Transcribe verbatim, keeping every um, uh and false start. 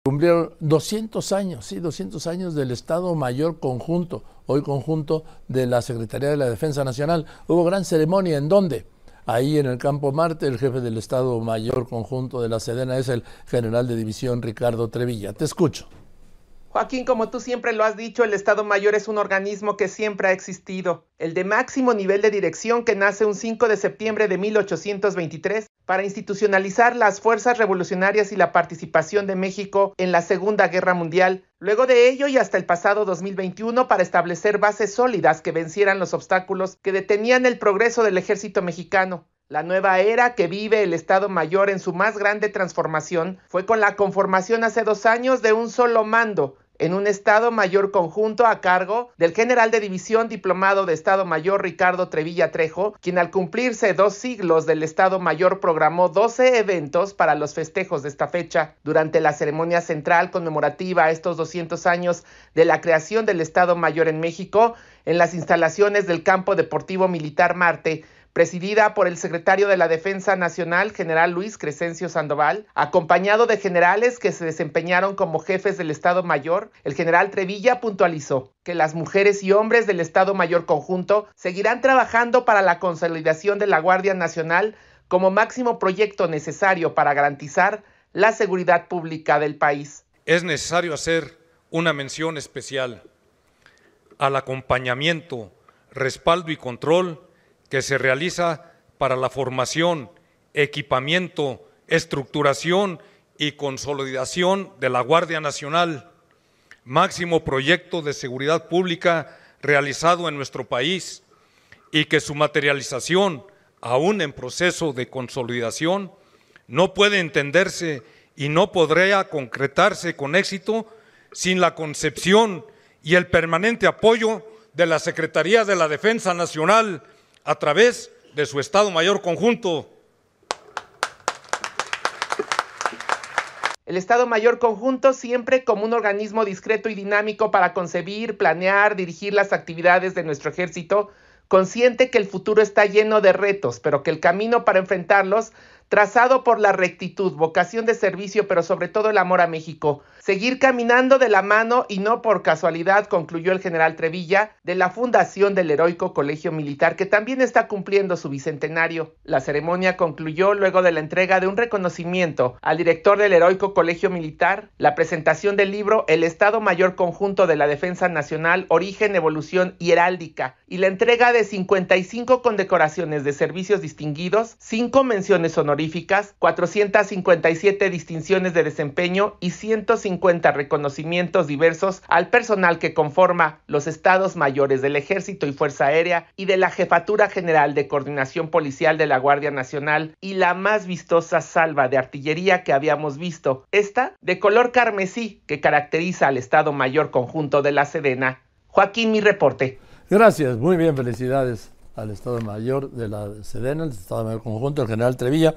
Cumplieron doscientos años, sí, doscientos años del Estado Mayor Conjunto, hoy conjunto de la Secretaría de la Defensa Nacional. Hubo gran ceremonia, ¿en dónde? Ahí en el Campo Marte. El jefe del Estado Mayor Conjunto de la Sedena es el general de división Ricardo Trevilla. Te escucho. Joaquín, como tú siempre lo has dicho, el Estado Mayor es un organismo que siempre ha existido, el de máximo nivel de dirección que nace un cinco de septiembre de mil ochocientos veintitrés para institucionalizar las fuerzas revolucionarias y la participación de México en la Segunda Guerra Mundial. Luego de ello y hasta el pasado dos mil veintiuno para establecer bases sólidas que vencieran los obstáculos que detenían el progreso del ejército mexicano. La nueva era que vive el Estado Mayor en su más grande transformación fue con la conformación hace dos años de un solo mando, en un Estado Mayor Conjunto a cargo del general de división diplomado de Estado Mayor Ricardo Trevilla Trejo, quien al cumplirse dos siglos del Estado Mayor programó doce eventos para los festejos de esta fecha. Durante la ceremonia central conmemorativa a estos doscientos años de la creación del Estado Mayor en México, en las instalaciones del Campo Deportivo Militar Marte, presidida por el secretario de la Defensa Nacional, general Luis Crescencio Sandoval, acompañado de generales que se desempeñaron como jefes del Estado Mayor, el general Trevilla puntualizó que las mujeres y hombres del Estado Mayor Conjunto seguirán trabajando para la consolidación de la Guardia Nacional como máximo proyecto necesario para garantizar la seguridad pública del país. Es necesario hacer una mención especial al acompañamiento, respaldo y control que se realiza para la formación, equipamiento, estructuración y consolidación de la Guardia Nacional, máximo proyecto de seguridad pública realizado en nuestro país, y que su materialización, aún en proceso de consolidación, no puede entenderse y no podrá concretarse con éxito sin la concepción y el permanente apoyo de la Secretaría de la Defensa Nacional a través de su Estado Mayor Conjunto. El Estado Mayor Conjunto siempre como un organismo discreto y dinámico para concebir, planear, dirigir las actividades de nuestro ejército, consciente que el futuro está lleno de retos, pero que el camino para enfrentarlos trazado por la rectitud, vocación de servicio, pero sobre todo el amor a México. Seguir caminando de la mano y no por casualidad, concluyó el general Trevilla, de la fundación del Heroico Colegio Militar, que también está cumpliendo su bicentenario. La ceremonia concluyó luego de la entrega de un reconocimiento al director del Heroico Colegio Militar, la presentación del libro El Estado Mayor Conjunto de la Defensa Nacional, Origen, Evolución y Heráldica, y la entrega de cincuenta y cinco condecoraciones de servicios distinguidos, cinco menciones honoríficas, cuatrocientas cincuenta y siete distinciones de desempeño y ciento cincuenta reconocimientos diversos al personal que conforma los estados mayores del Ejército y Fuerza Aérea y de la Jefatura General de Coordinación Policial de la Guardia Nacional, y la más vistosa salva de artillería que habíamos visto, esta de color carmesí que caracteriza al Estado Mayor Conjunto de la Sedena. Joaquín, mi reporte. Gracias, muy bien, felicidades al Estado Mayor de la Sedena, el Estado Mayor Conjunto, el general Trevilla.